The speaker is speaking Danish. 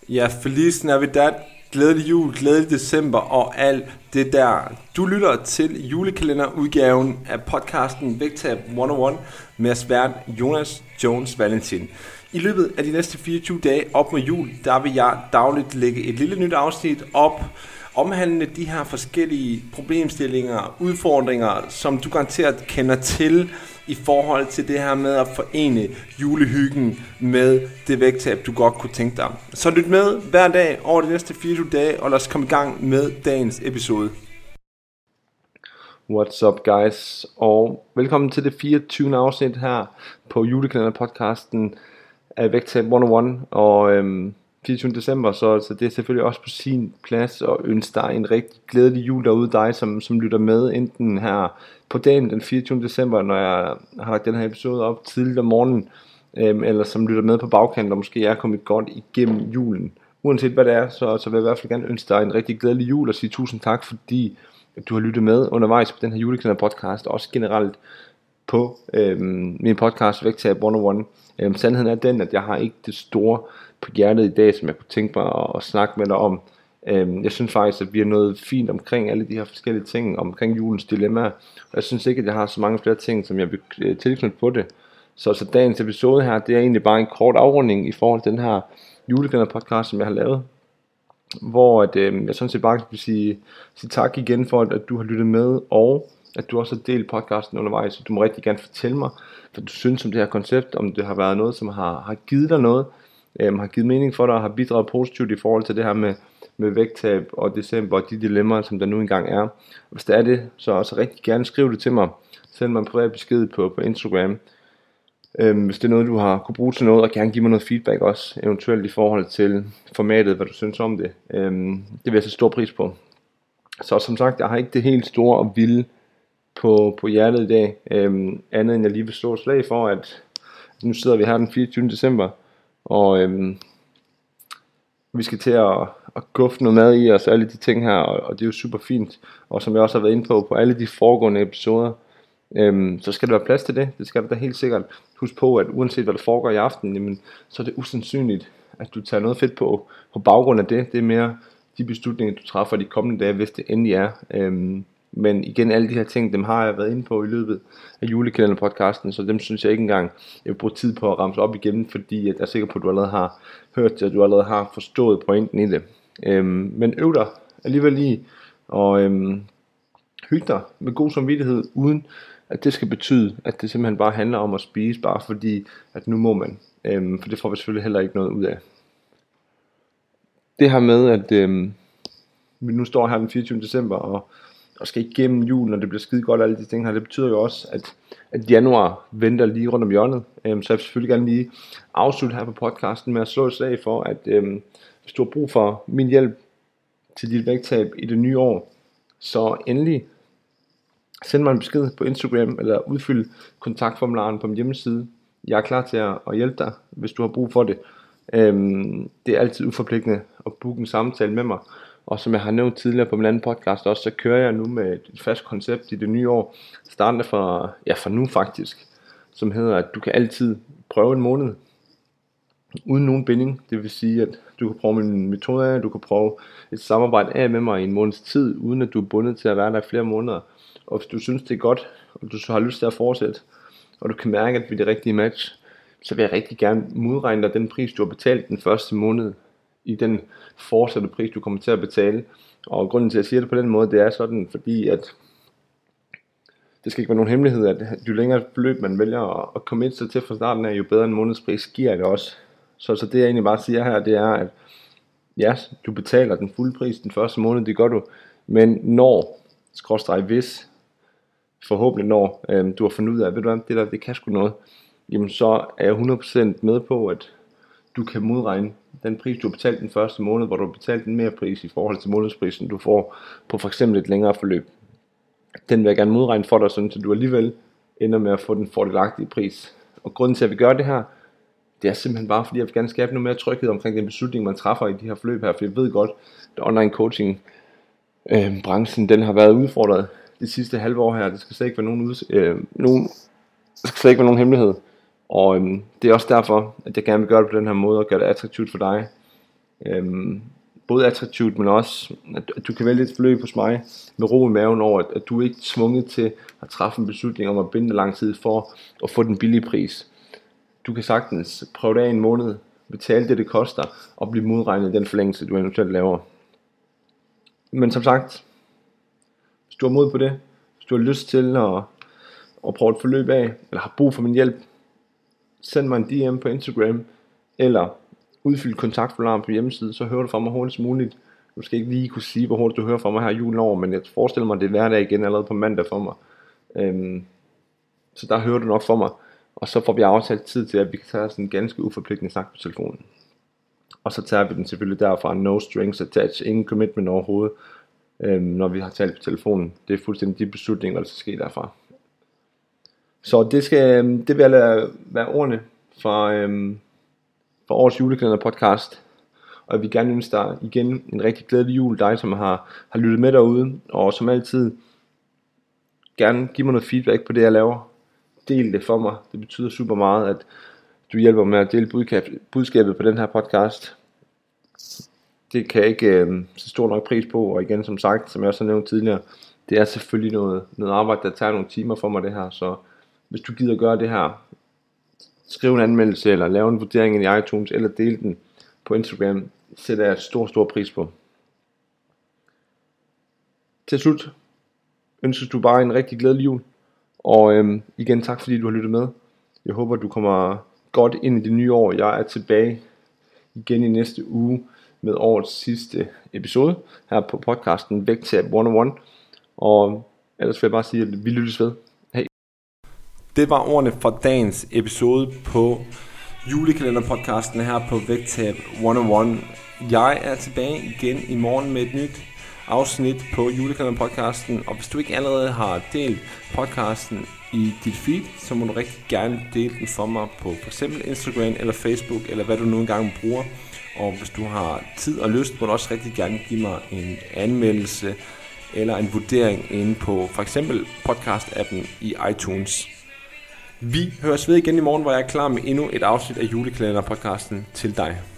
Ja, Feliz Navidad, glædelig jul, glædelig december og alt det der. Du lytter til julekalenderudgaven af podcasten Vægtab 101 med vært Jonas Jones Valentin. I løbet af de næste 24 dage op mod jul, der vil jeg dagligt lægge et lille nyt afsnit op, omhandlende de her forskellige problemstillinger, udfordringer, som du garanteret kender til i forhold til det her med at forene julehyggen med det vægttab, du godt kunne tænke dig. Så lyt med hver dag over de næste 24 dage, og lad os komme i gang med dagens episode. What's up guys, og velkommen til det 24. afsnit her på julekalender-podcasten af Vægtab 101, og 24. december, så det er selvfølgelig også på sin plads at ønske dig en rigtig glædelig jul derude, dig som lytter med, enten her på dagen den 24. december, når jeg har lagt den her episode op tidligt om morgenen, eller som lytter med på bagkanten, og måske er kommet godt igennem julen. Uanset hvad det er, så vil jeg i hvert fald gerne ønske dig en rigtig glædelig jul, og sige tusind tak, fordi du har lyttet med undervejs på den her julekalender-podcast, og også generelt på min podcast Vægtab 101. Sandheden er den, at jeg har ikke det store på hjertet i dag, som jeg kunne tænke mig at snakke med dig om. Jeg synes faktisk, at vi har noget fint omkring alle de her forskellige ting, omkring julens dilemmaer, og jeg synes ikke, at jeg har så mange flere ting, som jeg vil tilknytte på det. Så dagens episode her, det er egentlig bare en kort afrunding i forhold til den her julekalender-podcast, som jeg har lavet, hvor jeg sådan set bare vil sige tak igen for, at du har lyttet med, og at du også har delt podcasten undervejs. Så du må rigtig gerne fortælle mig, hvad du synes om det her koncept, om det har været noget, som har givet dig noget, har givet mening for dig, og har bidraget positivt i forhold til det her med vægttab og december og de dilemmaer, som der nu engang er. Og hvis det er det, så rigtig gerne skriv det til mig. Send mig en privat besked på Instagram, hvis det er noget, du har kunne bruge til noget, og gerne give mig noget feedback også, eventuelt i forhold til formatet, hvad du synes om det. Det vil jeg sætte stor pris på. Så som sagt, jeg har ikke det helt store og vilde på hjertet i dag, andet end jeg lige vil slå et slag for, at nu sidder vi her den 24. december, og vi skal til at guffe noget mad i os, alle de ting her, og det er jo super fint, og som jeg også har været inde på alle de foregående episoder, så skal der være plads til det. Det skal der da helt sikkert. Husk på, at uanset hvad der foregår i aften, jamen, så er det usandsynligt, at du tager noget fedt på baggrund af det. Det er mere de beslutninger, du træffer de kommende dage, hvis det endelig er. Men igen, alle de her ting, dem har jeg været inde på i løbet af julekalender-podcasten, så dem synes jeg ikke engang, jeg vil bruge tid på at ramse op igennem, fordi at jeg er sikker på, at du allerede har hørt det, og du allerede har forstået pointen i det. Men øv dig alligevel lige, og hyg dig med god samvittighed, uden at det skal betyde, at det simpelthen bare handler om at spise, bare fordi, at nu må man. For det får vi selvfølgelig heller ikke noget ud af. Det her med, at vi nu står her den 24. december, og skal igennem julen, og det bliver skide godt, alle de ting her, det betyder jo også, at januar venter lige rundt om hjørnet. Så jeg vil selvfølgelig gerne lige afslutte her på podcasten med at slå et slag for, at hvis du har brug for min hjælp til dit vægttab i det nye år, så endelig send mig en besked på Instagram, eller udfyld kontaktformularen på min hjemmeside. Jeg er klar til at hjælpe dig, hvis du har brug for det. Det er altid uforpligtende at booke en samtale med mig. Og som jeg har nævnt tidligere på min anden podcast også, så kører jeg nu med et fast koncept i det nye år, startende fra nu faktisk, som hedder, at du kan altid prøve en måned uden nogen binding. Det vil sige, at du kan prøve min metode af, du kan prøve et samarbejde af med mig i en måneds tid, uden at du er bundet til at være der i flere måneder. Og hvis du synes det er godt, og du så har lyst til at fortsætte, og du kan mærke, at vi er det rigtige match, så vil jeg rigtig gerne modregne dig den pris, du har betalt den første måned, i den fortsatte pris, du kommer til at betale. Og grunden til, at jeg siger det på den måde, det er sådan, fordi at det skal ikke være nogen hemmelighed, at jo længere beløb man vælger at komme ind til fra starten af, jo bedre en månedspris giver det også. Så det jeg egentlig bare siger her, det er, at ja, du betaler den fulde pris den første måned, det gør du, men hvis forhåbentlig når du har fundet ud af, ved du hvad, det kan sgu noget, jamen så er jeg 100% med på, at du kan modregne den pris, du har betalt den første måned, hvor du har betalt en mere pris i forhold til månedsprisen, du får på for eksempel et længere forløb. Den vil jeg gerne modregne for dig, sådan at du alligevel ender med at få den fordelagtige pris. Og grunden til, at vi gør det her, det er simpelthen bare, fordi jeg vil gerne skabe noget mere tryghed omkring den beslutning, man træffer i de her forløb her. For jeg ved godt, at online coaching branchen, den har været udfordret de sidste halve år her. Det skal slet ikke være nogen hemmelighed. Og det er også derfor, at jeg gerne vil gøre det på den her måde, og gøre det attraktivt for dig både attraktivt, men også at du kan vælge et forløb hos mig med ro i maven over, at du ikke er tvunget til at træffe en beslutning om at binde lang tid for at få den billige pris. Du kan sagtens prøve det af en måned, betale det koster, og blive modregnet i den forlængelse, du eventuelt laver. Men som sagt, hvis du har mod på det, hvis du har lyst til at prøve et forløb af, eller har brug for min hjælp, send mig en DM på Instagram, eller udfyld kontaktformular på hjemmesiden, så hører du fra mig hurtigst muligt. Du skal ikke lige kunne sige, hvor hurtigt du hører fra mig her julen over, men jeg forestiller mig, at det er hverdag igen allerede på mandag for mig. Så der hører du nok for mig, og så får vi aftalt tid til, at vi kan tage sådan en ganske uforpligtende snak på telefonen. Og så tager vi den selvfølgelig derfra, no strings attached, ingen commitment overhovedet, når vi har talt på telefonen. Det er fuldstændig de beslutninger, der skal ske derfra. Så det vil være ordene for årets julekalender podcast. Og jeg vil gerne ønske dig igen en rigtig glædelig jul, dig som har lyttet med derude, og som altid gerne give mig noget feedback på det jeg laver. Del det for mig, det betyder super meget, at du hjælper med at dele budskabet på den her podcast. Det kan jeg ikke så stor nok pris på, og igen som sagt, som jeg også har nævnt tidligere, det er selvfølgelig noget arbejde, der tager nogle timer for mig det her, så hvis du gider gøre det her, skriv en anmeldelse, eller lave en vurdering i iTunes, eller del den på Instagram, sætter jeg stor pris på. Til slut ønsker du bare en rigtig glædelig jul, og igen tak fordi du har lyttet med. Jeg håber du kommer godt ind i det nye år. Jeg er tilbage igen i næste uge med årets sidste episode her på podcasten Vægtab 101, og ellers vil jeg bare sige, at vi lyttes ved. Hej. Det var ordene for dagens episode på julekalenderpodcasten her på Vægtab 101. Jeg er tilbage igen i morgen med et nyt afsnit på julekalenderpodcasten, og hvis du ikke allerede har delt podcasten i dit feed, så må du rigtig gerne dele den for mig på f.eks. Instagram eller Facebook, eller hvad du nu engang bruger. Og hvis du har tid og lyst, må du også rigtig gerne give mig en anmeldelse eller en vurdering inde på for eksempel podcast-appen i iTunes. Vi høres ved igen i morgen, hvor jeg er klar med endnu et afsnit af julekalenderpodcasten til dig.